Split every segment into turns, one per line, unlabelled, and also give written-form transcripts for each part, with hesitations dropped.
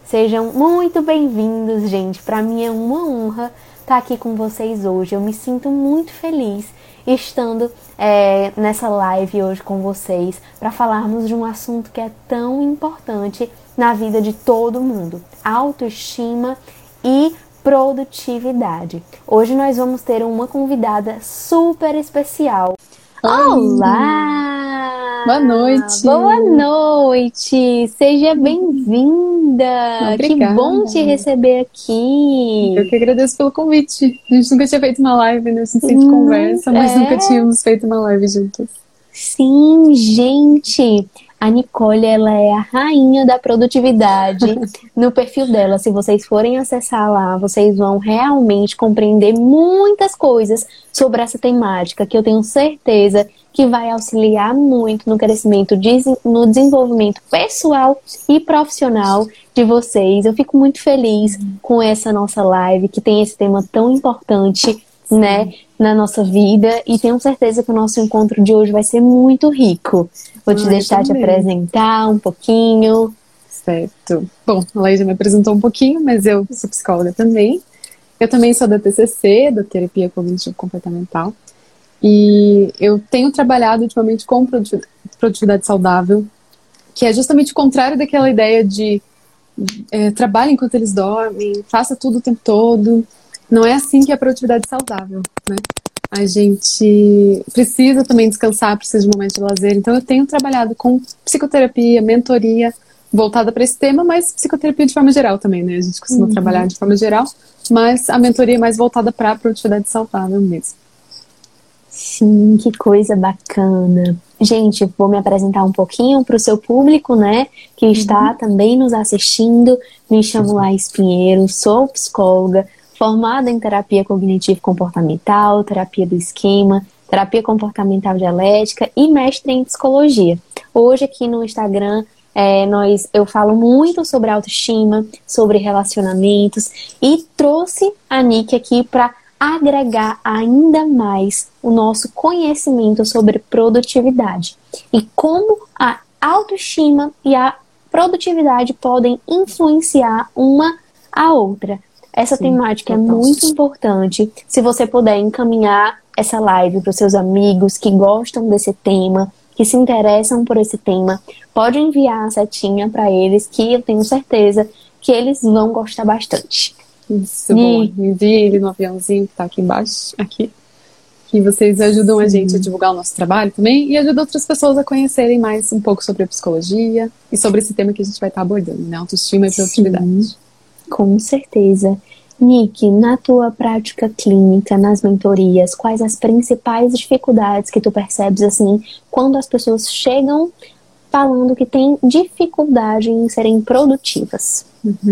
Sejam muito bem-vindos, gente. Para mim é uma honra estar aqui com vocês hoje. Eu me sinto muito feliz estando nessa live hoje com vocês para falarmos de um assunto que é tão importante na vida de todo mundo: autoestima e produtividade. Hoje nós vamos ter uma convidada super especial. Olá!
Boa noite!
Boa noite! Seja bem-vinda!
Obrigada.
Que bom te receber aqui!
Eu que agradeço pelo convite. A gente nunca tinha feito uma live, né? A gente sempre conversa, mas nunca tínhamos feito uma live juntas.
Sim, gente! A Nicole, ela é a rainha da produtividade no perfil dela. Se vocês forem acessar lá, vocês vão realmente compreender muitas coisas sobre essa temática, que eu tenho certeza que vai auxiliar muito no crescimento, no desenvolvimento pessoal e profissional de vocês. Eu fico muito feliz com essa nossa live, que tem esse tema tão importante, né, na nossa vida, e tenho certeza que o nosso encontro de hoje vai ser muito rico. Vou te deixar te apresentar um pouquinho.
Certo. Bom, a Laís já me apresentou um pouquinho, mas eu sou psicóloga também. Eu também sou da TCC, da Terapia Cognitivo-Comportamental, e eu tenho trabalhado ultimamente com produtividade saudável, que é justamente o contrário daquela ideia de trabalhe enquanto eles dormem, faça tudo o tempo todo. Não é assim que é a produtividade saudável, né? A gente precisa também descansar, precisa de momentos de lazer. Então eu tenho trabalhado com psicoterapia, mentoria, voltada para esse tema, mas psicoterapia de forma geral também, né? A gente costuma trabalhar de forma geral, mas a mentoria é mais voltada para a produtividade saudável mesmo.
Sim, que coisa bacana. Gente, vou me apresentar um pouquinho para o seu público, né, que está também nos assistindo. Me chamo Laís Pinheiro, sou psicóloga, formada em terapia cognitivo-comportamental, terapia do esquema, terapia comportamental dialética e mestre em psicologia. Hoje aqui no Instagram eu falo muito sobre autoestima, sobre relacionamentos, e trouxe a Nick aqui para agregar ainda mais o nosso conhecimento sobre produtividade e como a autoestima e a produtividade podem influenciar uma a outra. Essa temática é muito importante. Se você puder encaminhar essa live para os seus amigos que gostam desse tema, que se interessam por esse tema, pode enviar a setinha para eles, que eu tenho certeza que eles vão gostar bastante.
Isso, bom. Envie ele no aviãozinho que está aqui embaixo, aqui, que vocês ajudam a gente a divulgar o nosso trabalho também e ajudam outras pessoas a conhecerem mais um pouco sobre a psicologia e sobre esse tema que a gente vai estar abordando, né? Autoestima e produtividade.
Com certeza. Nick, na tua prática clínica, nas mentorias, quais as principais dificuldades que tu percebes, assim, quando as pessoas chegam falando que têm dificuldade em serem produtivas?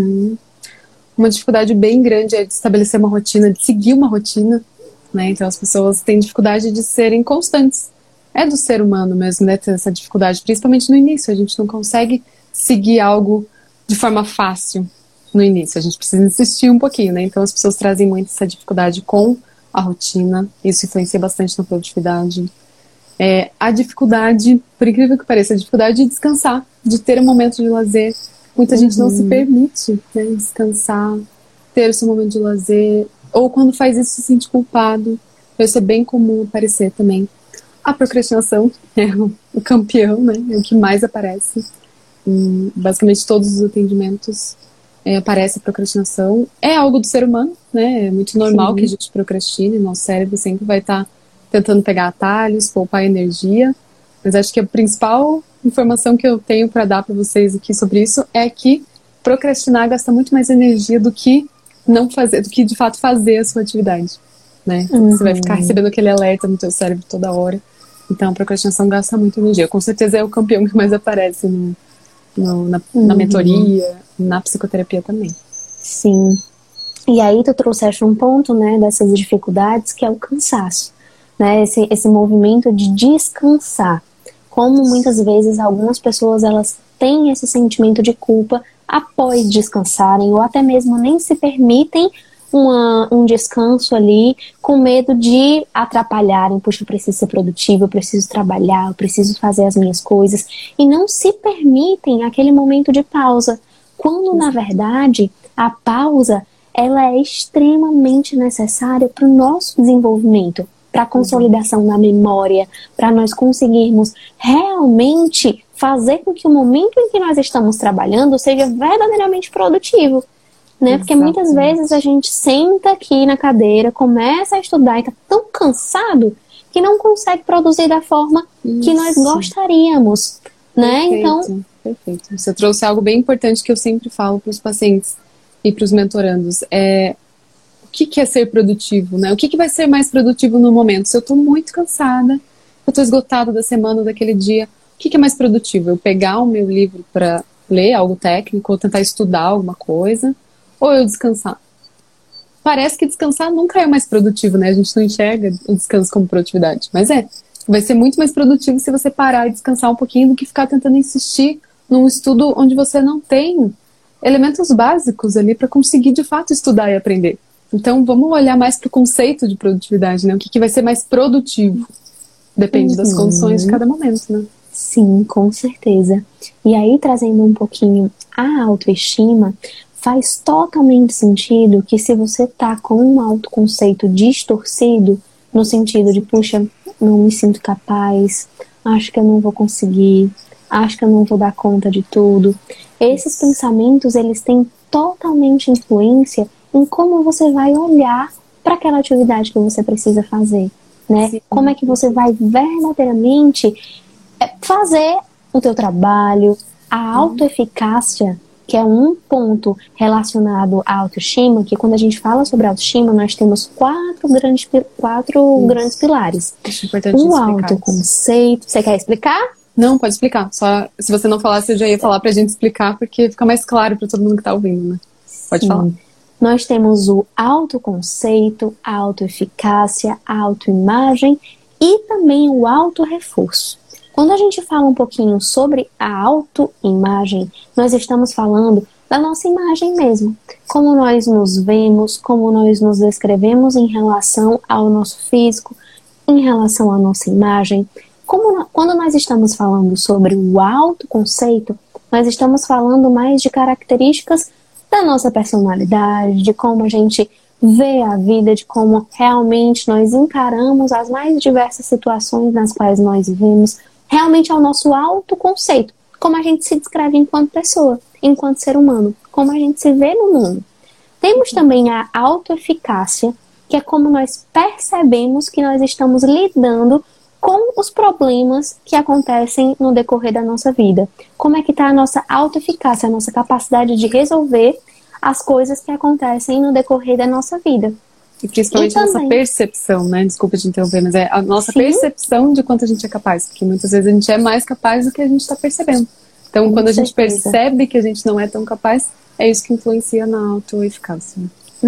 Uma dificuldade bem grande é de estabelecer uma rotina, de seguir uma rotina, né? Então as pessoas têm dificuldade de serem constantes. É do ser humano mesmo, né? Ter essa dificuldade, principalmente no início. A gente não consegue seguir algo de forma fácil no início. A gente precisa insistir um pouquinho, né? Então as pessoas trazem muito essa dificuldade com a rotina. Isso influencia bastante na produtividade. A dificuldade, por incrível que pareça, a dificuldade de descansar, de ter um momento de lazer. Muita gente não se permite, né, descansar, ter o seu momento de lazer, ou quando faz isso se sente culpado. Isso é bem comum aparecer também. A procrastinação é o campeão, né, é o que mais aparece. Em basicamente todos os atendimentos aparece a procrastinação. É algo do ser humano, né, é muito normal que a gente procrastine. Nosso cérebro sempre vai estar tentando pegar atalhos, poupar energia, mas acho que a principal informação que eu tenho para dar para vocês aqui sobre isso é que procrastinar gasta muito mais energia do que não fazer, do que de fato fazer a sua atividade, né? Você vai ficar recebendo aquele alerta no teu cérebro toda hora. Então a procrastinação gasta muito energia. Com certeza é o campeão que mais aparece na mentoria, na psicoterapia também.
Sim. E aí tu trouxeste um ponto, né, dessas dificuldades, que é o cansaço, né? Esse movimento de descansar. Como muitas vezes algumas pessoas elas têm esse sentimento de culpa após descansarem, ou até mesmo nem se permitem um descanso ali, com medo de atrapalharem. Puxa, eu preciso ser produtivo, eu preciso trabalhar, eu preciso fazer as minhas coisas, e não se permitem aquele momento de pausa. quando na verdade a pausa ela é extremamente necessária para o nosso desenvolvimento, para a consolidação da memória, para nós conseguirmos realmente fazer com que o momento em que nós estamos trabalhando seja verdadeiramente produtivo. Né? Porque muitas vezes a gente senta aqui na cadeira, começa a estudar e está tão cansado que não consegue produzir da forma que nós gostaríamos. Né?
Perfeito,
então,
perfeito. Você trouxe algo bem importante que eu sempre falo para os pacientes e para os mentorandos. O que é ser produtivo? Né? O que vai ser mais produtivo no momento? Se eu estou muito cansada, eu estou esgotado da semana, daquele dia, o que é mais produtivo? Eu pegar o meu livro para ler algo técnico ou tentar estudar alguma coisa? Ou eu descansar? Parece que descansar nunca é mais produtivo, né? A gente não enxerga o descanso como produtividade. Mas vai ser muito mais produtivo se você parar e descansar um pouquinho do que ficar tentando insistir num estudo onde você não tem elementos básicos ali para conseguir de fato estudar e aprender. Então vamos olhar mais para o conceito de produtividade, né? O que vai ser mais produtivo? Depende das condições de cada momento, né?
Sim, com certeza. E aí, trazendo um pouquinho a autoestima, faz totalmente sentido que se você tá com um autoconceito distorcido, no sentido de, puxa, não me sinto capaz, acho que eu não vou conseguir, acho que eu não vou dar conta de tudo, esses pensamentos, eles têm totalmente influência em como você vai olhar para aquela atividade que você precisa fazer, né? Sim. Como é que você vai verdadeiramente fazer o teu trabalho, a autoeficácia, que é um ponto relacionado à autoestima, que quando a gente fala sobre autoestima, nós temos quatro grandes pilares.
Acho importante
o
explicar
autoconceito. Você quer explicar?
Não, pode explicar. Só se você não falasse, eu já ia falar pra gente explicar, porque fica mais claro pra todo mundo que tá ouvindo, né? Pode falar.
Nós temos o autoconceito, a autoeficácia, a autoimagem e também o autorreforço. Quando a gente fala um pouquinho sobre a autoimagem, nós estamos falando da nossa imagem mesmo. Como nós nos vemos, como nós nos descrevemos em relação ao nosso físico, em relação à nossa imagem. Quando nós estamos falando sobre o autoconceito, nós estamos falando mais de características da nossa personalidade, de como a gente vê a vida, de como realmente nós encaramos as mais diversas situações nas quais nós vivemos. Realmente é o nosso autoconceito, como a gente se descreve enquanto pessoa, enquanto ser humano, como a gente se vê no mundo. Temos também a autoeficácia, que é como nós percebemos que nós estamos lidando com os problemas que acontecem no decorrer da nossa vida. Como é que está a nossa autoeficácia, a nossa capacidade de resolver as coisas que acontecem no decorrer da nossa vida.
E principalmente a nossa percepção, né? Desculpa te interromper, mas é a nossa percepção de quanto a gente é capaz. Porque muitas vezes a gente é mais capaz do que a gente está percebendo. Então, quando a gente percebe que a gente não é tão capaz, é isso que influencia na autoeficácia.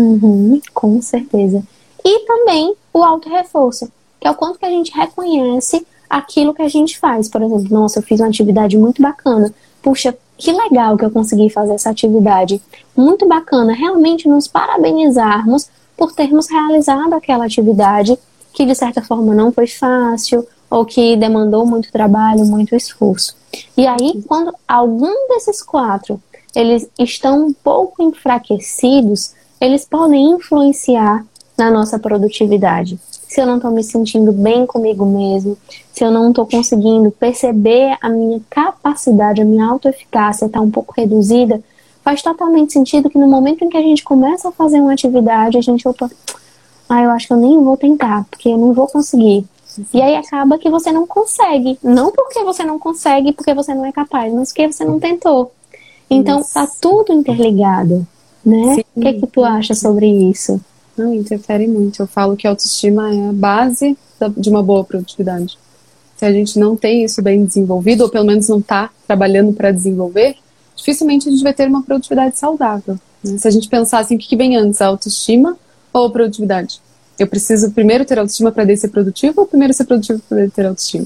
Com certeza. E também o autorreforço, que é o quanto que a gente reconhece aquilo que a gente faz. Por exemplo, nossa, eu fiz uma atividade muito bacana. Puxa, que legal que eu consegui fazer essa atividade. Muito bacana. Realmente nos parabenizarmos por termos realizado aquela atividade que de certa forma não foi fácil ou que demandou muito trabalho, muito esforço. E aí, quando algum desses quatro eles estão um pouco enfraquecidos, eles podem influenciar na nossa produtividade. Se eu não estou me sentindo bem comigo mesmo, se eu não estou conseguindo perceber a minha capacidade, a minha autoeficácia está um pouco reduzida, faz totalmente sentido que no momento em que a gente começa a fazer uma atividade, a gente, eu acho que eu nem vou tentar, porque eu não vou conseguir. E aí acaba que você não consegue. Não porque você não consegue, porque você não é capaz, mas porque você não tentou. Então, tá tudo interligado, né?
Sim.
O que tu acha sobre isso?
Não, interfere muito. Eu falo que a autoestima é a base de uma boa produtividade. Se a gente não tem isso bem desenvolvido, ou pelo menos não está trabalhando para desenvolver, dificilmente a gente vai ter uma produtividade saudável. Né? Se a gente pensar assim, o que vem antes, a autoestima ou a produtividade? Eu preciso primeiro ter autoestima para ser produtivo ou primeiro ser produtivo para ter autoestima?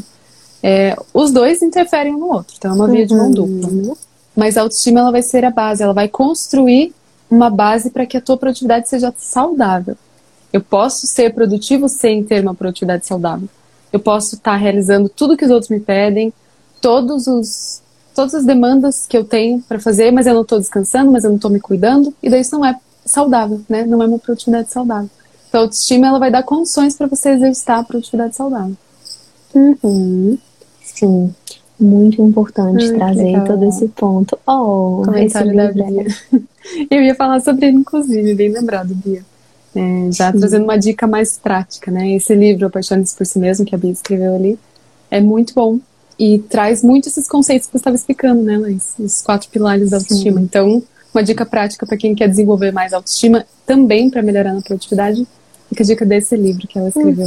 Os dois interferem um no outro, então é uma via de mão dupla. Né? Mas a autoestima ela vai ser a base, ela vai construir uma base para que a tua produtividade seja saudável. Eu posso ser produtivo sem ter uma produtividade saudável. Eu posso estar realizando tudo que os outros me pedem, todos os todas as demandas que eu tenho para fazer, mas eu não estou descansando, mas eu não estou me cuidando, e daí isso não é saudável, né? Não é uma produtividade saudável. Então, a autoestima, ela vai dar condições para você exercitar a produtividade saudável.
Uhum. Sim, muito importante trazer todo esse ponto.
Comentário da Bia. Eu ia falar sobre ele, inclusive, bem lembrado, Bia. Já trazendo uma dica mais prática, né? Esse livro, Apaixone-se por Si Mesmo, que a Bia escreveu ali, é muito bom e traz muito esses conceitos que você estava explicando, né, Laís? Os 4 pilares da autoestima. Então, uma dica prática para quem quer desenvolver mais autoestima, também para melhorar na produtividade, fica a dica desse livro que ela escreveu.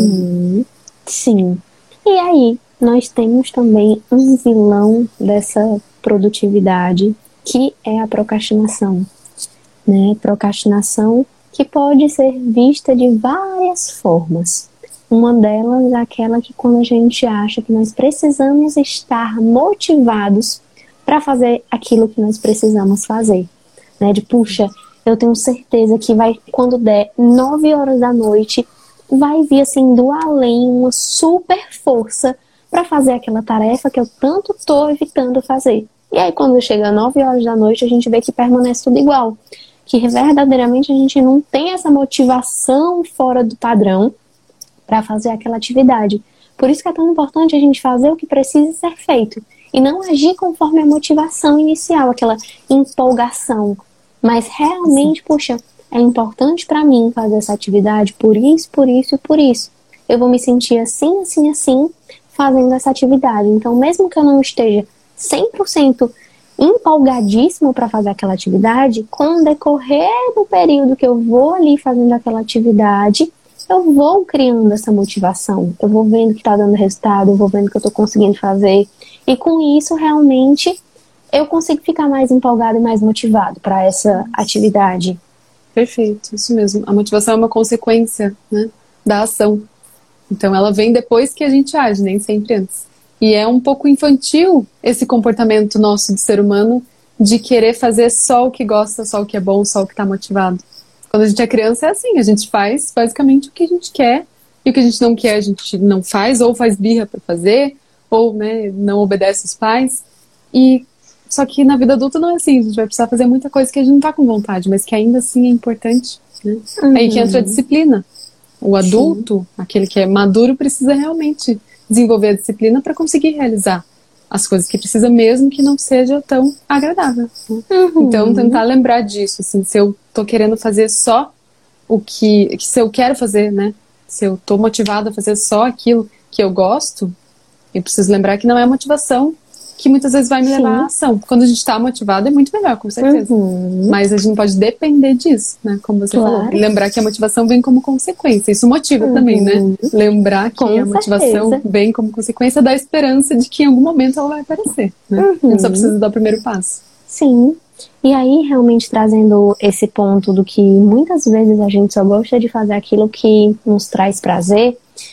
Sim. E aí, nós temos também um vilão dessa produtividade, que é a procrastinação, né? Procrastinação que pode ser vista de várias formas. Uma delas é aquela que quando a gente acha que nós precisamos estar motivados para fazer aquilo que nós precisamos fazer, né? De, puxa, eu tenho certeza que vai, quando der 9 horas da noite, vai vir assim do além uma super força para fazer aquela tarefa que eu tanto estou evitando fazer. E aí quando chega 9 horas da noite, a gente vê que permanece tudo igual, que verdadeiramente a gente não tem essa motivação fora do padrão para fazer aquela atividade. Por isso que é tão importante a gente fazer o que precisa ser feito e não agir conforme a motivação inicial, aquela empolgação. Mas realmente, puxa, é importante para mim fazer essa atividade por isso, por isso e por isso. Eu vou me sentir assim, assim, assim, fazendo essa atividade. Então, mesmo que eu não esteja 100% empolgadíssimo para fazer aquela atividade, com o decorrer do período que eu vou ali fazendo aquela atividade, eu vou criando essa motivação. Eu vou vendo que está dando resultado, eu vou vendo que eu estou conseguindo fazer. E com isso, realmente, eu consigo ficar mais empolgado e mais motivado para essa atividade.
Perfeito, isso mesmo. A motivação é uma consequência, né, da ação. Então ela vem depois que a gente age, nem sempre antes. E é um pouco infantil esse comportamento nosso de ser humano de querer fazer só o que gosta, só o que é bom, só o que está motivado. Quando a gente é criança é assim, a gente faz basicamente o que a gente quer, e o que a gente não quer a gente não faz, ou faz birra para fazer, ou, né, não obedece os pais. E só que na vida adulta não é assim, a gente vai precisar fazer muita coisa que a gente não tá com vontade, mas que ainda assim é importante, né? Aí que entra a disciplina. O adulto, aquele que é maduro, precisa realmente desenvolver a disciplina para conseguir realizar as coisas que precisa, mesmo que não seja tão agradável, né? Então tentar lembrar disso, assim, se eu tô querendo fazer só o que se eu quero fazer, né? Se eu tô motivada a fazer só aquilo que eu gosto, eu preciso lembrar que não é a motivação que muitas vezes vai me levar à ação. Quando a gente está motivado é muito melhor, com certeza. Mas a gente não pode depender disso, né? Como você falou. E lembrar que a motivação vem como consequência. Isso motiva também, né? Lembrar que a motivação vem como consequência da esperança de que em algum momento ela vai aparecer, né? A gente só precisa dar o primeiro passo.
Sim. E aí, realmente trazendo esse ponto do que muitas vezes a gente só gosta de fazer aquilo que nos traz prazer,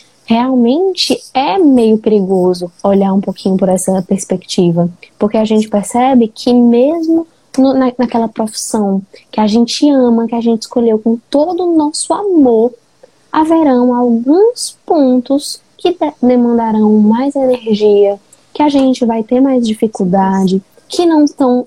realmente é meio perigoso olhar um pouquinho por essa perspectiva, porque a gente percebe que mesmo naquela profissão que a gente ama, que a gente escolheu com todo o nosso amor, haverão alguns pontos que demandarão mais energia, que a gente vai ter mais dificuldade, que não são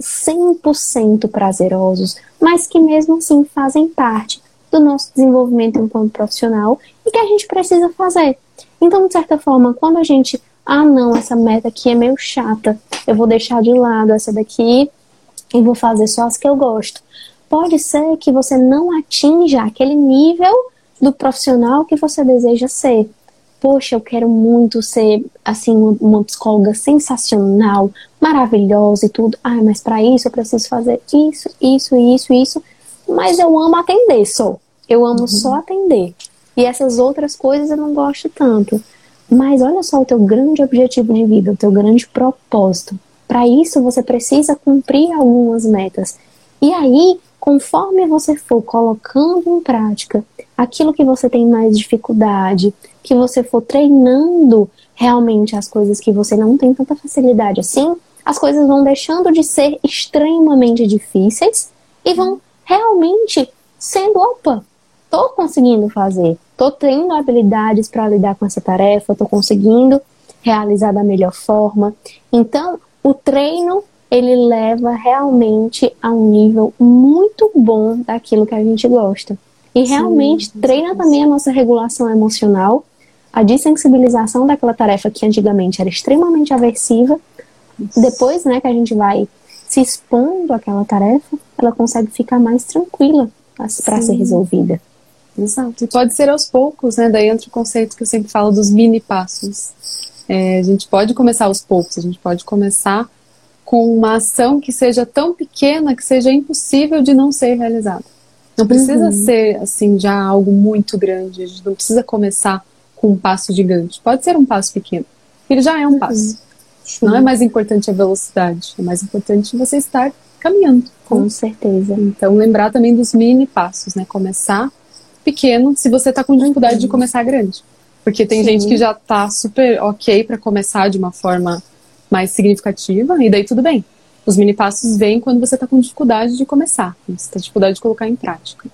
100% prazerosos, mas que mesmo assim fazem parte do nosso desenvolvimento enquanto profissional e que a gente precisa fazer. Então, de certa forma, quando a gente, não, essa meta aqui é meio chata, eu vou deixar de lado essa daqui e vou fazer só as que eu gosto. Pode ser que você não atinja aquele nível do profissional que você deseja ser. Poxa, eu quero muito ser, assim, uma psicóloga sensacional, maravilhosa e tudo. Mas para isso eu preciso fazer isso. Mas eu amo atender só. Eu amo só atender. E essas outras coisas eu não gosto tanto. Mas olha só o teu grande objetivo de vida, o teu grande propósito. Para isso você precisa cumprir algumas metas. E aí, conforme você for colocando em prática aquilo que você tem mais dificuldade, que você for treinando realmente as coisas que você não tem tanta facilidade assim, as coisas vão deixando de ser extremamente difíceis e vão realmente sendo, tô conseguindo fazer, tô tendo habilidades para lidar com essa tarefa, tô conseguindo realizar da melhor forma. Então, o treino ele leva realmente a um nível muito bom daquilo que a gente gosta. E realmente treina também a nossa regulação emocional, a dessensibilização daquela tarefa que antigamente era extremamente aversiva. Depois, né, que a gente vai se expondo àquela tarefa, ela consegue ficar mais tranquila para ser resolvida.
Exato. E pode ser aos poucos, né? Daí entra o conceito que eu sempre falo dos mini passos. A gente pode começar aos poucos, a gente pode começar com uma ação que seja tão pequena que seja impossível de não ser realizada. Não precisa ser, assim, já algo muito grande. A gente não precisa começar com um passo gigante. Pode ser um passo pequeno. Ele já é um passo. Não é mais importante a velocidade. É mais importante você estar caminhando.
Com certeza.
Então, lembrar também dos mini passos, né? Começar pequeno se você está com dificuldade de começar grande. Porque tem gente que já está super ok para começar de uma forma mais significativa, e daí tudo bem. Os mini passos vêm quando você está com dificuldade de começar, quando você está com dificuldade de colocar em prática.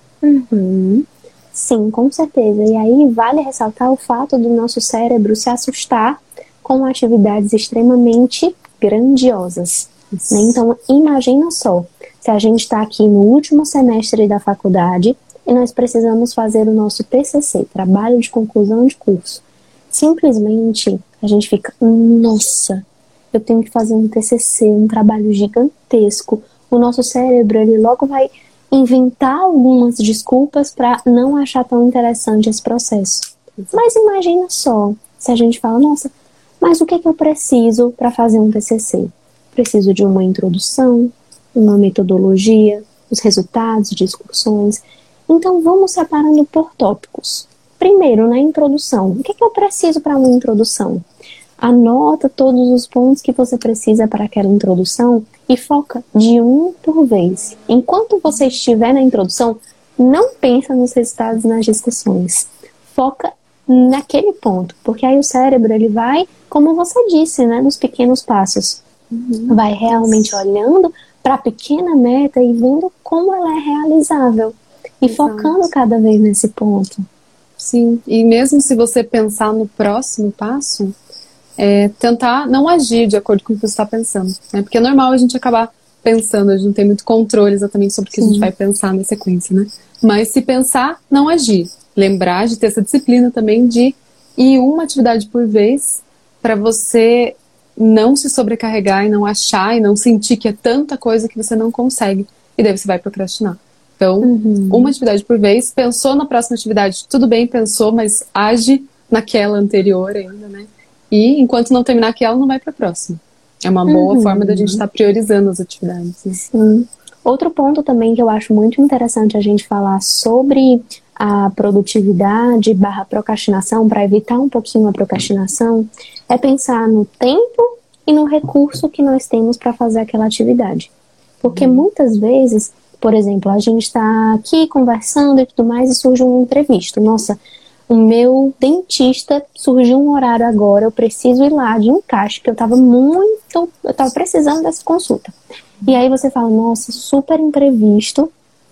Sim, com certeza. E aí vale ressaltar o fato do nosso cérebro se assustar com atividades extremamente grandiosas. Né? Então, imagina só, se a gente está aqui no último semestre da faculdade e nós precisamos fazer o nosso TCC, Trabalho de Conclusão de Curso. Simplesmente, a gente fica, nossa, eu tenho que fazer um TCC, um trabalho gigantesco. O nosso cérebro, ele logo vai inventar algumas desculpas para não achar tão interessante esse processo. Mas imagina só, se a gente fala, nossa, mas o que é que eu preciso para fazer um TCC? Preciso de uma introdução, uma metodologia, os resultados, discussões. Então vamos separando por tópicos. Primeiro, na introdução. O que é que eu preciso para uma introdução? Anota todos os pontos que você precisa para aquela introdução e foca de um por vez. Enquanto você estiver na introdução, não pensa nos resultados nas discussões. Foca naquele ponto, porque aí o cérebro ele vai, como você disse, né, nos pequenos passos. Vai realmente olhando para a pequena meta e vendo como ela é realizável. E focando cada vez nesse ponto.
Sim, e mesmo se você pensar no próximo passo, tentar não agir de acordo com o que você está pensando. Né? Porque é normal a gente acabar pensando, a gente não tem muito controle exatamente sobre o que a gente vai pensar na sequência, né? Mas se pensar, não agir. Lembrar de ter essa disciplina também de ir uma atividade por vez para você não se sobrecarregar e não achar e não sentir que é tanta coisa que você não consegue. E daí você vai procrastinar. Então, uma atividade por vez, pensou na próxima atividade, tudo bem, pensou, mas age naquela anterior ainda, né? E enquanto não terminar aquela, não vai para a próxima. É uma boa forma da gente estar priorizando as atividades. Né?
Sim. Outro ponto também que eu acho muito interessante a gente falar sobre a produtividade / procrastinação, para evitar um pouquinho a procrastinação, é pensar no tempo e no recurso que nós temos para fazer aquela atividade. Porque muitas vezes, por exemplo, a gente está aqui conversando e tudo mais e surge um imprevisto. Nossa, o meu dentista surgiu um horário agora, eu preciso ir lá de encaixe, que eu estava precisando dessa consulta. E aí você fala, nossa, super imprevisto,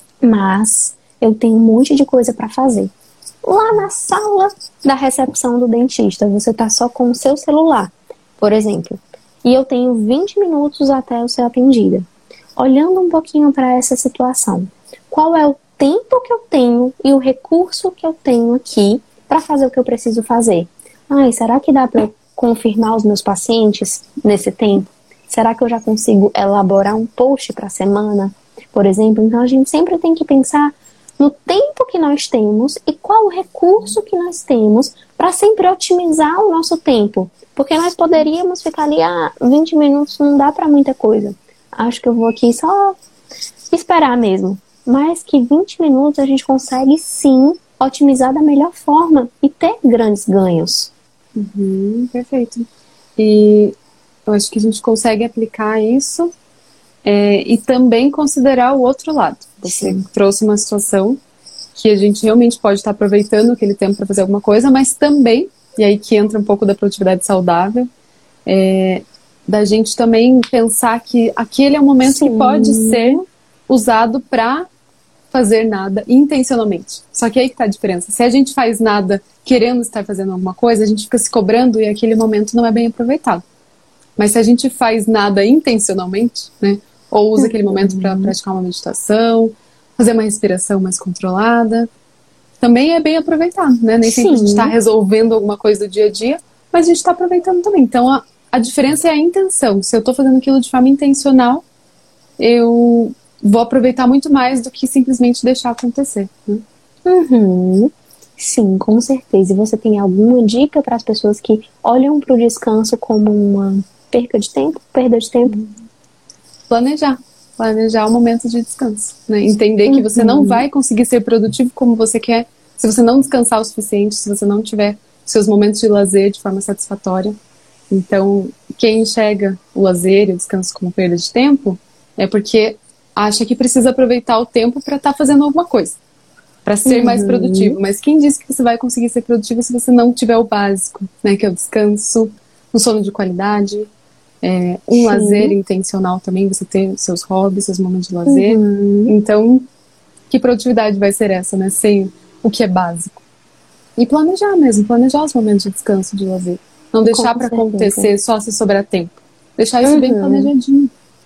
mas eu tenho um monte de coisa para fazer. Lá na sala da recepção do dentista, você está só com o seu celular, por exemplo, e eu tenho 20 minutos até eu ser atendida. Olhando um pouquinho para essa situação, qual é o tempo que eu tenho e o recurso que eu tenho aqui para fazer o que eu preciso fazer? Será que dá para eu confirmar os meus pacientes nesse tempo? Será que eu já consigo elaborar um post para a semana, por exemplo? Então a gente sempre tem que pensar no tempo que nós temos e qual o recurso que nós temos para sempre otimizar o nosso tempo. Porque nós poderíamos ficar ali, 20 minutos não dá para muita coisa. Acho que eu vou aqui só esperar mesmo. Mas que 20 minutos a gente consegue sim otimizar da melhor forma e ter grandes ganhos.
Perfeito. E eu acho que a gente consegue aplicar isso e também considerar o outro lado. Você trouxe uma situação que a gente realmente pode estar aproveitando aquele tempo para fazer alguma coisa, mas também, e aí que entra um pouco da produtividade saudável, da gente também pensar que aquele é um momento que pode ser usado para fazer nada intencionalmente. Só que aí que tá a diferença. Se a gente faz nada querendo estar fazendo alguma coisa, a gente fica se cobrando e aquele momento não é bem aproveitado. Mas se a gente faz nada intencionalmente, né? Ou usa aquele momento para praticar uma meditação, fazer uma respiração mais controlada, também é bem aproveitado, né? Nem sempre a gente está resolvendo alguma coisa do dia a dia, mas a gente está aproveitando também. Então, a diferença é a intenção. Se eu estou fazendo aquilo de forma intencional, eu vou aproveitar muito mais do que simplesmente deixar acontecer, né?
Sim, com certeza. E você tem alguma dica para as pessoas que olham para o descanso como uma perda de tempo?
Planejar o momento de descanso, né? Entender que você não vai conseguir ser produtivo como você quer se você não descansar o suficiente, se você não tiver seus momentos de lazer de forma satisfatória. Então, quem enxerga o lazer e o descanso como perda de tempo é porque acha que precisa aproveitar o tempo para estar fazendo alguma coisa, para ser mais produtivo. Mas quem disse que você vai conseguir ser produtivo se você não tiver o básico, né? Que é o descanso, um sono de qualidade, lazer intencional também, você ter seus hobbies, seus momentos de lazer. Então, que produtividade vai ser essa, né? Sem o que é básico. E planejar os momentos de descanso, de lazer. Não deixar para acontecer só se sobrar tempo. Deixar isso bem planejadinho.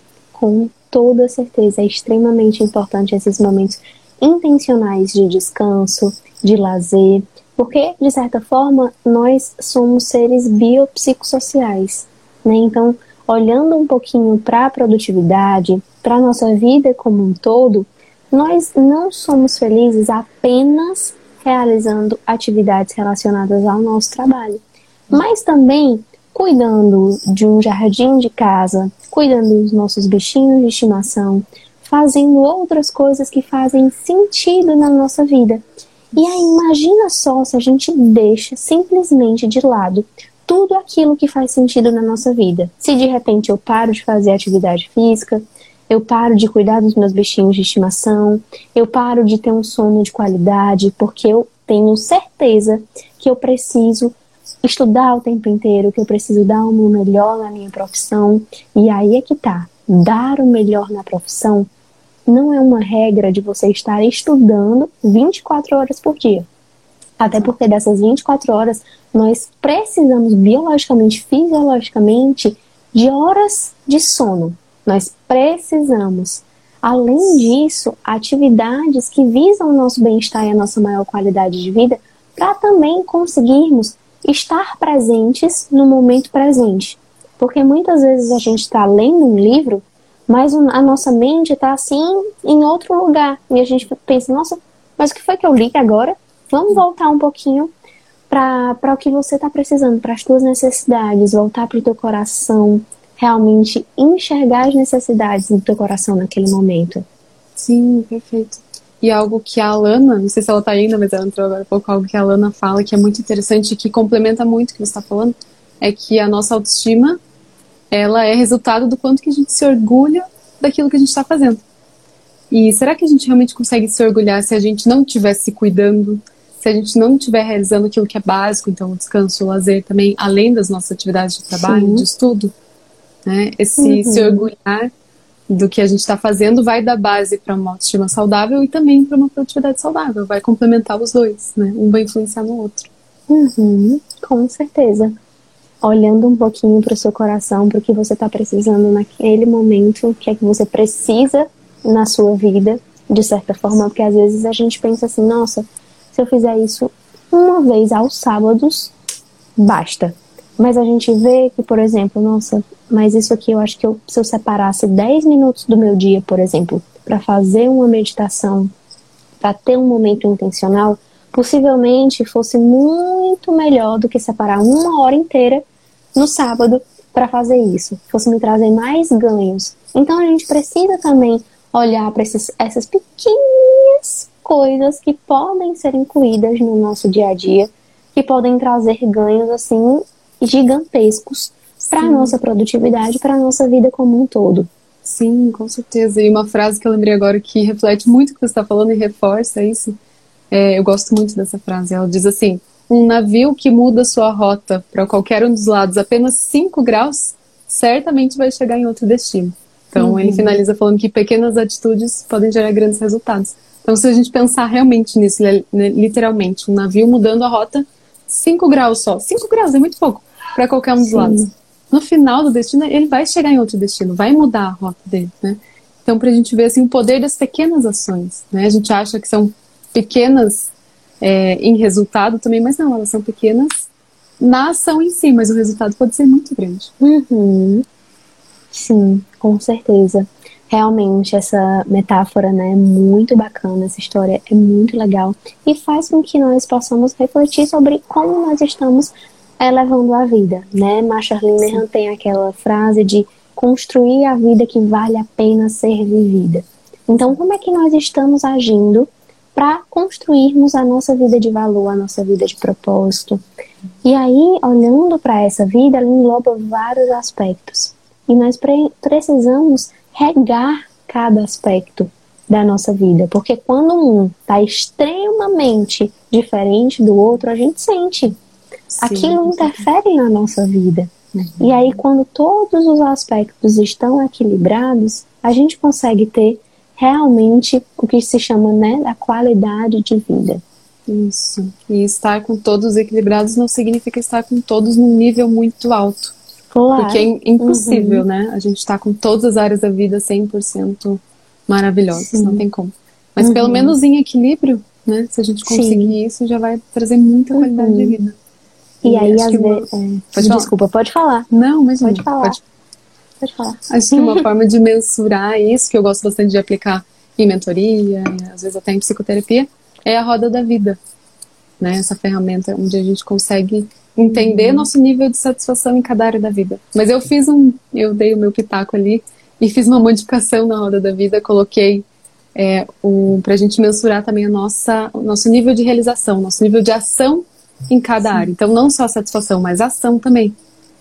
Com toda certeza. É extremamente importante esses momentos intencionais de descanso, de lazer, porque, de certa forma, nós somos seres biopsicossociais, né? Então, olhando um pouquinho para a produtividade, para a nossa vida como um todo, nós não somos felizes apenas realizando atividades relacionadas ao nosso trabalho, mas também cuidando de um jardim de casa, cuidando dos nossos bichinhos de estimação, fazendo outras coisas que fazem sentido na nossa vida. E aí imagina só se a gente deixa simplesmente de lado tudo aquilo que faz sentido na nossa vida. Se de repente eu paro de fazer atividade física, eu paro de cuidar dos meus bichinhos de estimação, eu paro de ter um sono de qualidade, porque eu tenho certeza que eu preciso estudar o tempo inteiro, que eu preciso dar o meu melhor na minha profissão. E aí é que tá. Dar o melhor na profissão não é uma regra de você estar estudando 24 horas por dia. Até porque dessas 24 horas, nós precisamos biologicamente, fisiologicamente, de horas de sono. Nós precisamos. Além disso, atividades que visam o nosso bem-estar e a nossa maior qualidade de vida, para também conseguirmos estar presentes no momento presente. Porque muitas vezes a gente está lendo um livro, mas a nossa mente está assim em outro lugar. E a gente pensa, nossa, mas o que foi que eu li agora? Vamos voltar um pouquinho para o que você está precisando, para as tuas necessidades, voltar para o teu coração, realmente enxergar as necessidades do teu coração naquele momento.
Sim, perfeito. E algo que a Alana, não sei se ela está ainda, mas ela entrou agora há pouco, algo que a Alana fala que é muito interessante e que complementa muito o que você está falando, é que a nossa autoestima, ela é resultado do quanto que a gente se orgulha daquilo que a gente está fazendo. E será que a gente realmente consegue se orgulhar se a gente não estiver se cuidando, se a gente não estiver realizando aquilo que é básico, então o descanso, o lazer também, além das nossas atividades de trabalho, de estudo, né? Esse se orgulhar do que a gente está fazendo vai dar base para uma autoestima saudável e também para uma produtividade saudável, vai complementar os dois, né? Um vai influenciar no outro.
Com certeza. Olhando um pouquinho para o seu coração, para o que você está precisando naquele momento, o que é que você precisa na sua vida, de certa forma, porque às vezes a gente pensa assim, nossa, se eu fizer isso uma vez aos sábados, basta. Mas a gente vê que, por exemplo, nossa, mas isso aqui eu acho que se eu separasse 10 minutos do meu dia, por exemplo, para fazer uma meditação, para ter um momento intencional, possivelmente fosse muito melhor do que separar uma hora inteira no sábado para fazer isso. Fosse me trazer mais ganhos. Então a gente precisa também olhar para essas pequenas coisas que podem ser incluídas no nosso dia a dia, que podem trazer ganhos assim gigantescos para a nossa produtividade, para a nossa vida como um todo.
Sim, com certeza. E uma frase que eu lembrei agora que reflete muito o que você está falando e reforça isso. Eu gosto muito dessa frase. Ela diz assim: um navio que muda sua rota para qualquer um dos lados apenas 5 graus, certamente vai chegar em outro destino. Então ele finaliza falando que pequenas atitudes podem gerar grandes resultados. Então se a gente pensar realmente nisso, literalmente, um navio mudando a rota 5 graus só. 5 graus é muito pouco para qualquer um dos lados. no final do destino, ele vai chegar em outro destino, vai mudar a rota dele, né? Então, pra gente ver, assim, o poder das pequenas ações, né? A gente acha que são pequenas em resultado também, mas não, elas são pequenas na ação em si, mas o resultado pode ser muito grande.
Uhum. Sim, com certeza. Realmente, essa metáfora, né, é muito bacana, essa história é muito legal e faz com que nós possamos refletir sobre como nós estamos levando a vida, né? Marshall Linehan tem aquela frase de construir a vida que vale a pena ser vivida. Então, como é que nós estamos agindo para construirmos a nossa vida de valor, a nossa vida de propósito? E aí, olhando para essa vida, ela engloba vários aspectos. E nós precisamos regar cada aspecto da nossa vida, porque quando um está extremamente diferente do outro, a gente sente. Sim, aquilo interfere na nossa vida. E aí, quando todos os aspectos estão equilibrados, a gente consegue ter realmente o que se chama, né, da qualidade de vida.
Isso. E estar com todos equilibrados não significa estar com todos num nível muito alto. Claro. Porque é impossível, né? A gente tá com todas as áreas da vida 100% maravilhosas, sim, não tem como. Mas pelo menos em equilíbrio, né? Se a gente conseguir isso, já vai trazer muita qualidade de vida.
E aí, às vezes... Desculpa, pode falar.
Não, mas
pode falar. Pode falar.
Acho que uma forma de mensurar isso, que eu gosto bastante de aplicar em mentoria, e às vezes até em psicoterapia, é a roda da vida. Né? Essa ferramenta onde a gente consegue entender nosso nível de satisfação em cada área da vida. Mas eu dei o meu pitaco ali e fiz uma modificação na roda da vida, coloquei pra gente mensurar também o nosso nível de realização, nosso nível de ação em cada área. Então, não só a satisfação, mas a ação também.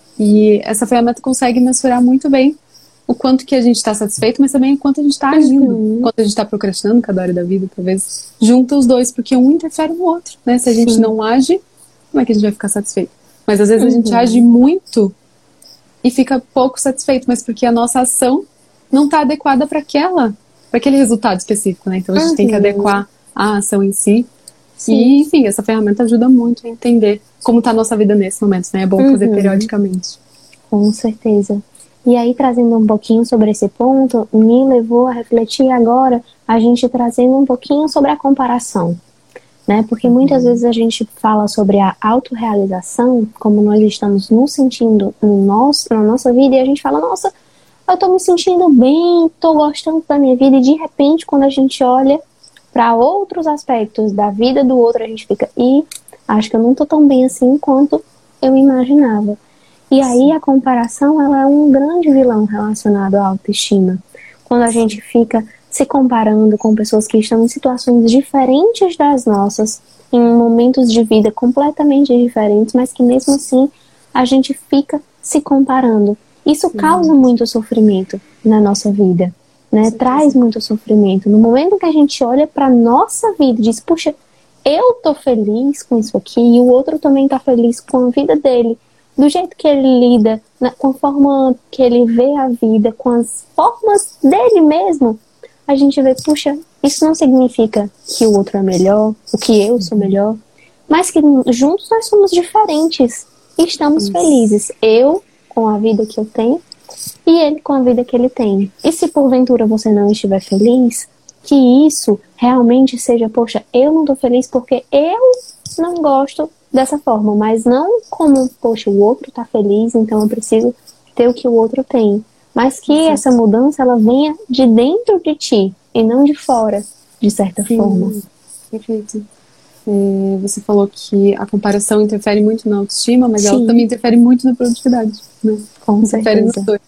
E essa ferramenta consegue mensurar muito bem o quanto que a gente está satisfeito, mas também o quanto a gente está agindo, o quanto a gente está procrastinando cada área da vida, talvez junta os dois, porque um interfere no outro, né? Se a gente não age, como é que a gente vai ficar satisfeito? Mas às vezes a gente age muito e fica pouco satisfeito, mas porque a nossa ação não está adequada para aquele resultado específico, né? Então a gente tem que adequar a ação em si. Sim. E, enfim, essa ferramenta ajuda muito a entender como está a nossa vida nesse momento, né? É bom fazer periodicamente.
Com certeza. E aí, trazendo um pouquinho sobre esse ponto, me levou a refletir agora, a gente trazendo um pouquinho sobre a comparação, né? Porque muitas vezes a gente fala sobre a autorrealização, como nós estamos nos sentindo na nossa vida, e a gente fala, nossa, eu tô me sentindo bem, tô gostando da minha vida, e de repente, quando a gente olha para outros aspectos da vida do outro, a gente fica, acho que eu não tô tão bem assim quanto eu imaginava. E aí a comparação, ela é um grande vilão relacionado à autoestima. Quando a gente fica se comparando com pessoas que estão em situações diferentes das nossas, em momentos de vida completamente diferentes, mas que mesmo assim a gente fica se comparando. Isso causa muito sofrimento na nossa vida, né? Traz muito sofrimento. No momento que a gente olha para nossa vida e diz, puxa, eu tô feliz com isso aqui e o outro também tá feliz com a vida dele, do jeito que ele lida, com a forma que ele vê a vida, com as formas dele mesmo, a gente vê, puxa, isso não significa que o outro é melhor, o que eu sou melhor, mas que juntos nós somos diferentes e estamos felizes. Eu com a vida que eu tenho e ele com a vida que ele tem. E se porventura você não estiver feliz, que isso realmente seja, poxa, eu não tô feliz porque eu não gosto dessa forma, mas não como, poxa, o outro tá feliz, então eu preciso ter o que o outro tem. Mas que essa mudança, ela venha de dentro de ti e não de fora, de certa forma.
Perfeito. Você falou que a comparação interfere muito na autoestima, mas ela também interfere muito na produtividade, né?
Com certeza.
Nos dois.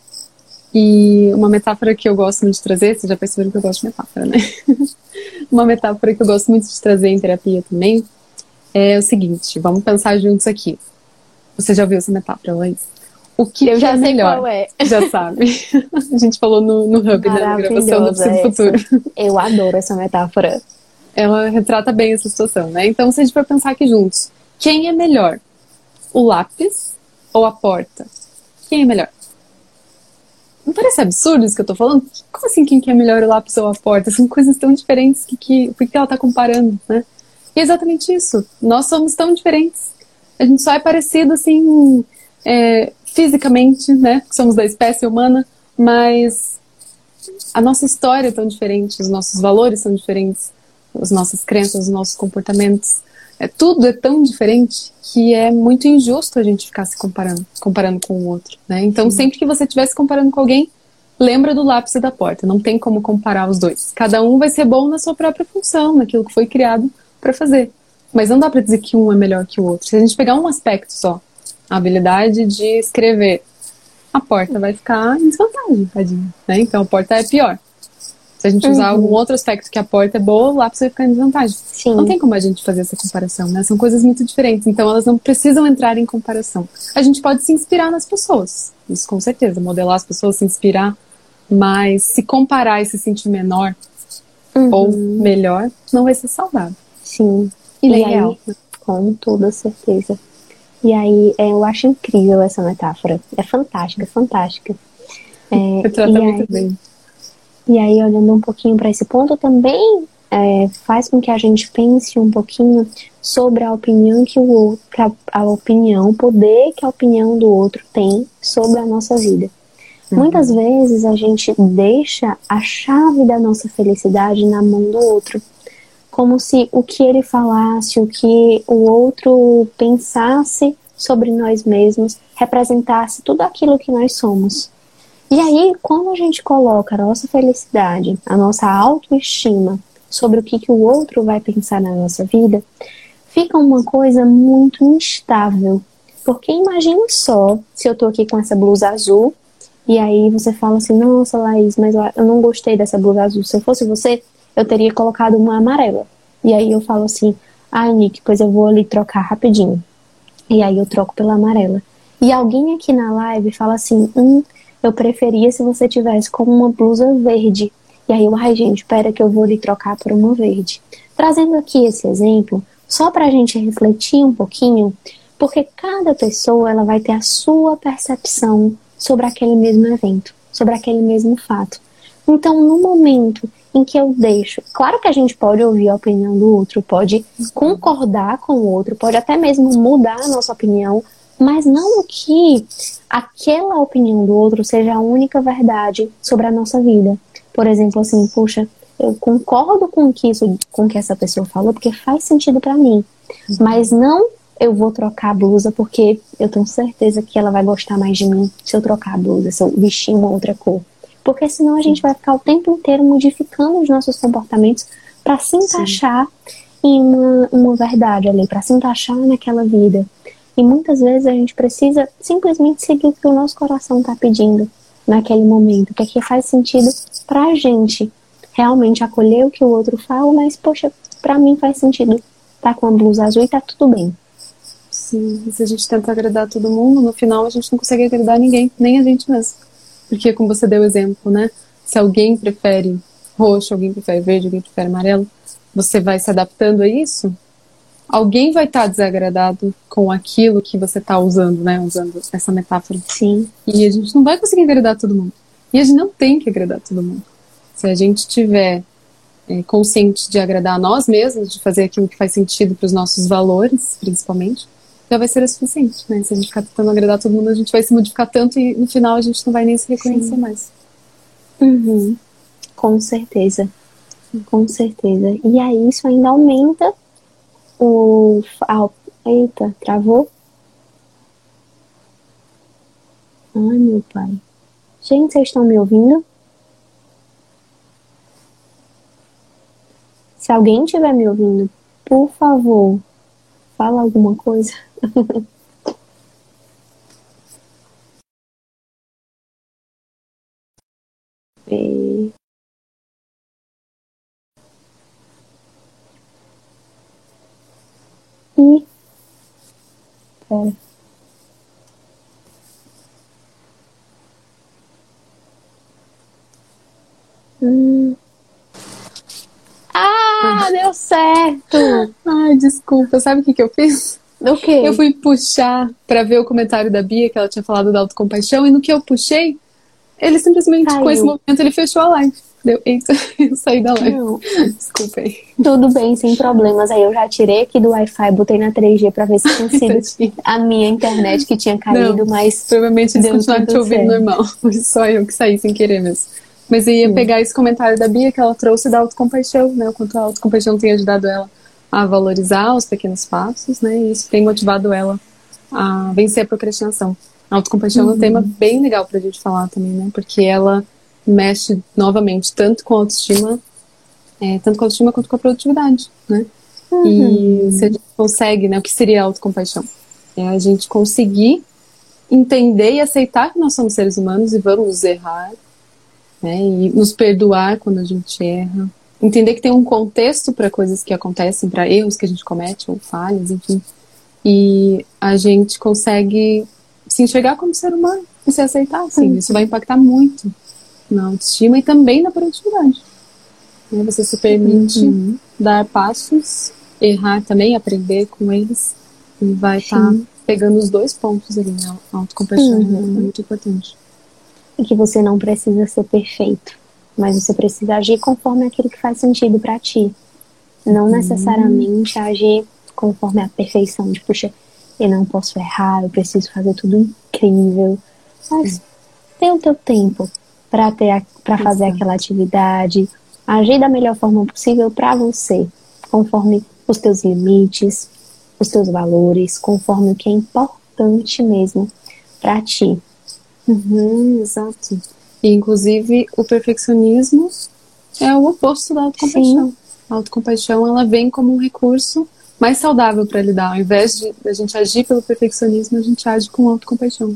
E uma metáfora que eu gosto muito de trazer, vocês já perceberam que eu gosto de metáfora, né? Uma metáfora que eu gosto muito de trazer em terapia também é o seguinte, vamos pensar juntos aqui. Você já ouviu essa metáfora, Laís? O que
eu já
é
sei
melhor?
Qual é.
Já sabe. A gente falou no Hub, né, na gravação do Psico Futuro.
Eu adoro essa metáfora.
Ela retrata bem essa situação, né? Então, se a gente for pensar aqui juntos, quem é melhor? O lápis ou a porta? Quem é melhor? Não parece absurdo isso que eu tô falando? Como assim quem que é melhor, o lápis ou a porta? São coisas tão diferentes por que ela tá comparando, né? E é exatamente isso. Nós somos tão diferentes. A gente só é parecido, assim, fisicamente, né? Porque somos da espécie humana, mas a nossa história é tão diferente, os nossos valores são diferentes, as nossas crenças, os nossos comportamentos. Tudo é tão diferente que é muito injusto a gente ficar se comparando com o outro, né? Então, sempre que você estiver se comparando com alguém, lembra do lápis e da porta. Não tem como comparar os dois. Cada um vai ser bom na sua própria função, naquilo que foi criado para fazer. Mas não dá para dizer que um é melhor que o outro. Se a gente pegar um aspecto só, a habilidade de escrever, a porta vai ficar em desvantagem, tadinha, né? Então a porta é pior. Se a gente usar algum outro aspecto que a porta é boa, o lápis vai ficar em desvantagem.
Sim.
Não tem como a gente fazer essa comparação, né? São coisas muito diferentes, então elas não precisam entrar em comparação. A gente pode se inspirar nas pessoas, isso com certeza, modelar as pessoas, se inspirar, mas se comparar e se sentir menor ou melhor, não vai ser saudável.
Sim.
E nem real.
Com toda certeza. E aí, eu acho incrível essa metáfora. É fantástica, fantástica.
Trata muito bem.
E aí, olhando um pouquinho para esse ponto, também faz com que a gente pense um pouquinho sobre a opinião que o outro, o poder que a opinião do outro tem sobre a nossa vida. Muitas vezes a gente deixa a chave da nossa felicidade na mão do outro. Como se o que ele falasse, o que o outro pensasse sobre nós mesmos, representasse tudo aquilo que nós somos. E aí, quando a gente coloca a nossa felicidade, a nossa autoestima sobre o que o outro vai pensar na nossa vida, fica uma coisa muito instável. Porque imagina só, se eu tô aqui com essa blusa azul, e aí você fala assim, nossa, Laís, mas eu não gostei dessa blusa azul. Se eu fosse você, eu teria colocado uma amarela. E aí eu falo assim, ai, Nick, pois eu vou ali trocar rapidinho. E aí eu troco pela amarela. E alguém aqui na live fala assim, eu preferia se você tivesse com uma blusa verde. E aí eu, ai, gente, espera que eu vou ali trocar por uma verde. Trazendo aqui esse exemplo, só pra gente refletir um pouquinho, porque cada pessoa ela vai ter a sua percepção sobre aquele mesmo evento, sobre aquele mesmo fato. Então, no momento em que eu deixo, claro que a gente pode ouvir a opinião do outro, pode concordar com o outro, pode até mesmo mudar a nossa opinião, mas não que aquela opinião do outro seja a única verdade sobre a nossa vida. Por exemplo, assim, puxa, eu concordo com que essa pessoa falou, porque faz sentido pra mim, mas não eu vou trocar a blusa porque eu tenho certeza que ela vai gostar mais de mim se eu trocar a blusa, se eu vestir uma outra cor. Porque senão a gente vai ficar o tempo inteiro modificando os nossos comportamentos para se encaixar em uma verdade ali, para se encaixar naquela vida. E muitas vezes a gente precisa simplesmente seguir o que o nosso coração está pedindo naquele momento, porque faz sentido pra gente realmente acolher o que o outro fala, mas, poxa, pra mim faz sentido tá com a blusa azul e tá tudo bem.
Sim, e se a gente tenta agradar todo mundo, no final a gente não consegue agradar ninguém, nem a gente mesmo. Porque, como você deu exemplo, né? Se alguém prefere roxo, alguém prefere verde, alguém prefere amarelo, você vai se adaptando a isso, alguém vai estar desagradado com aquilo que você está usando, né? Usando essa metáfora.
Sim.
E a gente não vai conseguir agradar todo mundo. E a gente não tem que agradar todo mundo. Se a gente tiver consciente de agradar a nós mesmos, de fazer aquilo que faz sentido para os nossos valores, principalmente, já vai ser o suficiente, né? Se a gente ficar tentando agradar todo mundo, a gente vai se modificar tanto e no final a gente não vai nem se reconhecer mais.
Com certeza. Com certeza. E aí isso ainda aumenta eita, travou? Ai, meu pai. Gente, vocês estão me ouvindo? Se alguém estiver me ouvindo, por favor, fala alguma coisa. E... Pera. Ah, deu certo!
Ai, desculpa, sabe o que eu fiz?
O quê?
Eu fui puxar pra ver o comentário da Bia, que ela tinha falado da autocompaixão, e no que eu puxei, Ele simplesmente,
Saiu.
com esse movimento, ele fechou a live. Deu, eita, eu saí da live.
Não.
Desculpa aí.
Tudo bem, sem problemas. Aí eu já tirei aqui do Wi-Fi, botei na 3G pra ver se tinha sido a minha internet que tinha caído, mas
provavelmente eles
deu
continuaram
tudo
te ouvindo
certo.
normal. Foi só eu que saí sem querer mesmo. Mas eu ia pegar esse comentário da Bia que ela trouxe da autocompaixão, né? O quanto a autocompaixão tem ajudado ela a valorizar os pequenos passos, né? E isso tem motivado ela a vencer a procrastinação. A autocompaixão é um tema bem legal pra gente falar também, né? Porque ela mexe novamente tanto com a autoestima, quanto com a produtividade, né? E se a gente consegue, né? O que seria a autocompaixão? É a gente conseguir entender e aceitar que nós somos seres humanos e vamos errar, né? E nos perdoar quando a gente erra. Entender que tem um contexto para coisas que acontecem, para erros que a gente comete ou falhas, enfim. E a gente consegue se enxergar como ser humano e se aceitar, assim. Isso vai impactar muito na autoestima e também na produtividade. Né? Você se permite dar passos, errar também, aprender com eles e vai estar pegando os dois pontos ali, né? A autocompaixão é muito importante.
E que você não precisa ser perfeito, mas você precisa agir conforme aquilo que faz sentido pra ti. Não necessariamente agir conforme a perfeição, de puxa, eu não posso errar, eu preciso fazer tudo incrível. Mas tem o teu tempo para fazer aquela atividade, agir da melhor forma possível pra você, conforme os teus limites, os teus valores, conforme o que é importante mesmo pra ti.
Exato. E, inclusive, o perfeccionismo é o oposto da autocompaixão. A autocompaixão, ela vem como um recurso mais saudável para lidar. Ao invés de a gente agir pelo perfeccionismo, a gente age com autocompaixão.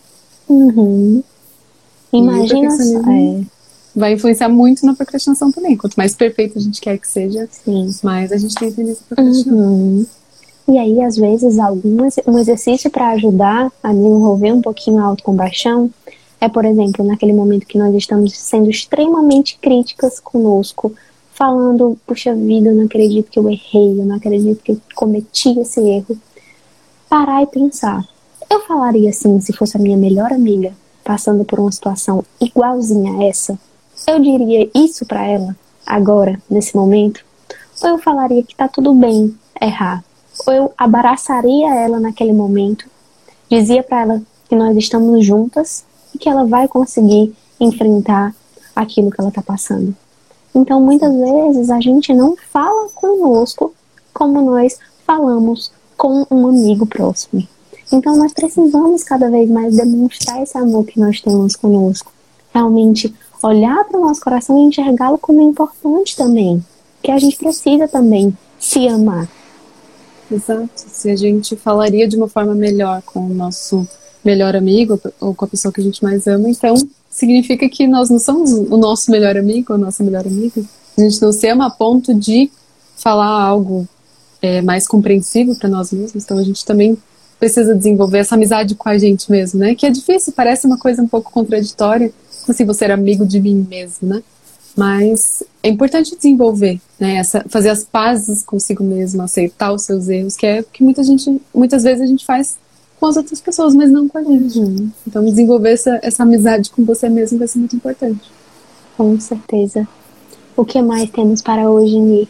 Imagina só.
Vai influenciar muito na procrastinação também. Quanto mais perfeito a gente quer que seja, mais a gente tem tendência a procrastinar.
E aí, às vezes, um exercício para ajudar a desenvolver um pouquinho a autocompaixão é, por exemplo, naquele momento que nós estamos sendo extremamente críticas conosco, falando, puxa vida, eu não acredito que eu errei, eu não acredito que eu cometi esse erro. Parar e pensar. Eu falaria assim se fosse a minha melhor amiga passando por uma situação igualzinha a essa? Eu diria isso para ela agora, nesse momento? Ou eu falaria que tá tudo bem errar? Ou eu abraçaria ela naquele momento, dizia para ela que nós estamos juntas e que ela vai conseguir enfrentar aquilo que ela tá passando. Então, muitas vezes, a gente não fala conosco como nós falamos com um amigo próximo. Então, nós precisamos cada vez mais demonstrar esse amor que nós temos conosco. Realmente olhar para o nosso coração e enxergá-lo como importante também. Que a gente precisa também se amar.
Exato. Se a gente falaria de uma forma melhor com o nosso melhor amigo ou com a pessoa que a gente mais ama, então significa que nós não somos o nosso melhor amigo ou a nossa melhor amiga. A gente não se ama a ponto de falar algo mais compreensível para nós mesmos. Então a gente também precisa desenvolver essa amizade com a gente mesmo, né? Que é difícil, parece uma coisa um pouco contraditória, como se você era amigo de mim mesmo, né? Mas é importante desenvolver, né? Fazer as pazes consigo mesmo, aceitar os seus erros, que é o que muitas vezes a gente faz com as outras pessoas, mas não com a gente. Então desenvolver essa amizade com você mesmo vai ser muito importante.
Com certeza. O que mais temos para hoje, Ni?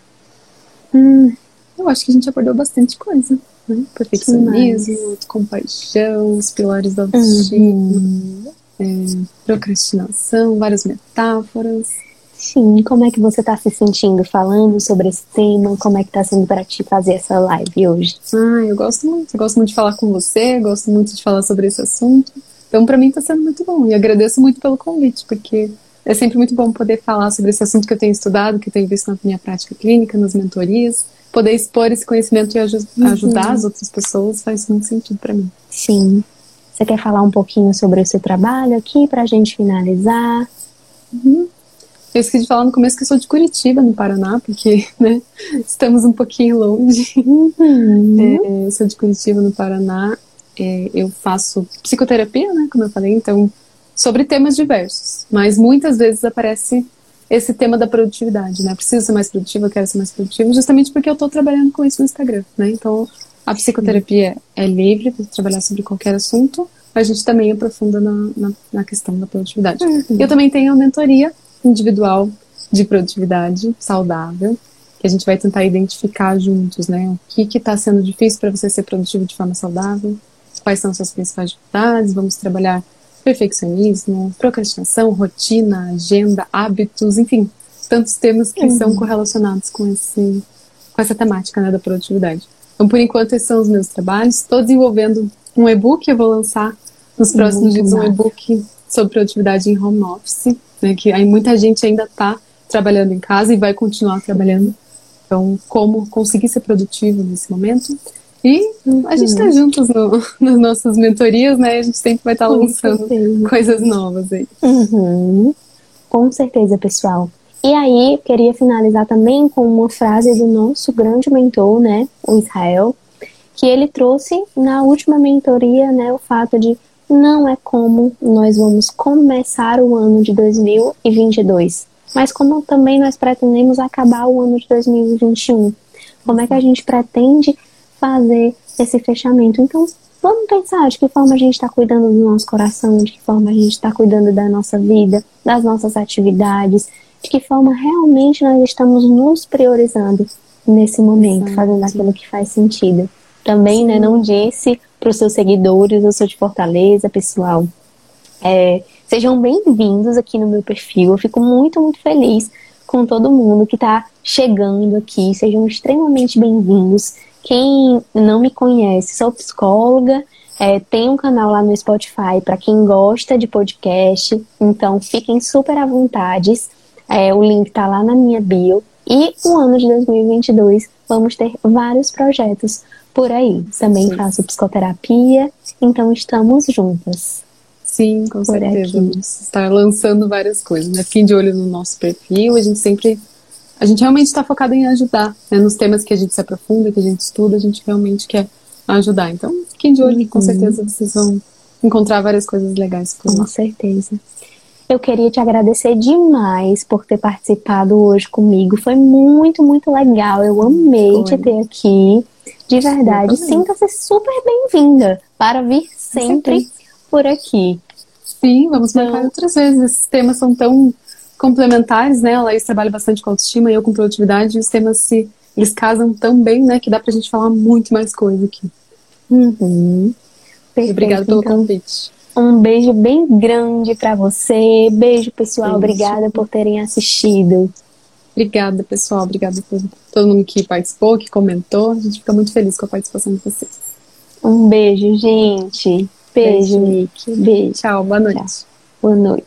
Eu acho que a gente abordou bastante coisa, né? Perfeccionismo, autocompaixão, os pilares da autoestima, procrastinação, várias metáforas.
Sim, como é que você está se sentindo falando sobre esse tema? Como é que está sendo para ti fazer essa live hoje?
Eu gosto muito de falar com você, gosto muito de falar sobre esse assunto. Então, para mim está sendo muito bom e agradeço muito pelo convite, porque é sempre muito bom poder falar sobre esse assunto que eu tenho estudado, que eu tenho visto na minha prática clínica, nas mentorias. Poder expor esse conhecimento e ajudar as outras pessoas faz muito sentido para mim.
Sim. Você quer falar um pouquinho sobre o seu trabalho aqui para a gente finalizar?
Eu esqueci de falar no começo que eu sou de Curitiba, no Paraná, porque, né, estamos um pouquinho longe. Eu sou de Curitiba, no Paraná. Eu faço psicoterapia, né, como eu falei, então, sobre temas diversos. Mas muitas vezes aparece esse tema da produtividade, né? Preciso ser mais produtiva, quero ser mais produtiva, justamente porque eu estou trabalhando com isso no Instagram, né? Então, a psicoterapia é livre para trabalhar sobre qualquer assunto, a gente também aprofunda na questão da produtividade. Eu também tenho a mentoria individual de produtividade saudável, que a gente vai tentar identificar juntos, né? O que está sendo difícil para você ser produtivo de forma saudável, quais são suas principais dificuldades, vamos trabalhar perfeccionismo, procrastinação, rotina, agenda, hábitos, enfim, tantos temas que são correlacionados com essa temática, né, da produtividade. Então, por enquanto, esses são os meus trabalhos. Estou desenvolvendo um e-book, eu vou lançar nos próximos dias um e-book sobre produtividade em home office, né, que aí muita gente ainda está trabalhando em casa e vai continuar trabalhando. Então, como conseguir ser produtivo nesse momento. E a gente está juntos nas nossas mentorias, né? A gente sempre vai estar lançando coisas novas aí.
Com certeza, pessoal. E aí, queria finalizar também com uma frase do nosso grande mentor, né? O Israel, que ele trouxe na última mentoria, né? O fato de não é como nós vamos começar o ano de 2022, mas como também nós pretendemos acabar o ano de 2021. Como é que a gente pretende fazer esse fechamento? Então, vamos pensar de que forma a gente está cuidando do nosso coração, de que forma a gente está cuidando da nossa vida, das nossas atividades, de que forma realmente nós estamos nos priorizando nesse momento, fazendo aquilo que faz sentido. Também, né, não disse para os seus seguidores, eu sou de Fortaleza, pessoal, sejam bem-vindos aqui no meu perfil. Eu fico muito, muito feliz com todo mundo que está chegando aqui. Sejam extremamente bem-vindos. Quem não me conhece, sou psicóloga, tem um canal lá no Spotify para quem gosta de podcast, então fiquem super à vontade. O link está lá na minha bio. E o ano de 2022 vamos ter vários projetos por aí. Também faço psicoterapia, então estamos juntas.
Sim, com certeza. Vamos estar lançando várias coisas, né? Fiquem de olho no nosso perfil. A gente realmente está focado em ajudar, né? Nos temas que a gente se aprofunda, que a gente estuda, a gente realmente quer ajudar. Então, fiquem de olho, com certeza vocês vão encontrar várias coisas legais por lá.
Com certeza. Eu queria te agradecer demais por ter participado hoje comigo. Foi muito, muito legal. Eu amei te ter aqui. De verdade, sinta-se super bem-vinda para vir sempre por aqui.
Sim, vamos marcar outras vezes. Esses temas são tão complementares, né? A Laís trabalha bastante com autoestima e eu com produtividade. E os temas eles casam tão bem, né? Que dá pra gente falar muito mais coisa aqui.
Perfeito,
obrigada pelo convite.
Um beijo bem grande pra você. Beijo, pessoal. Obrigada por terem assistido.
Obrigada, pessoal. Obrigada por todo mundo que participou, que comentou. A gente fica muito feliz com a participação de vocês.
Um beijo, gente. Beijo, Nick. Beijo.
Tchau, boa noite.
Tchau. Boa noite.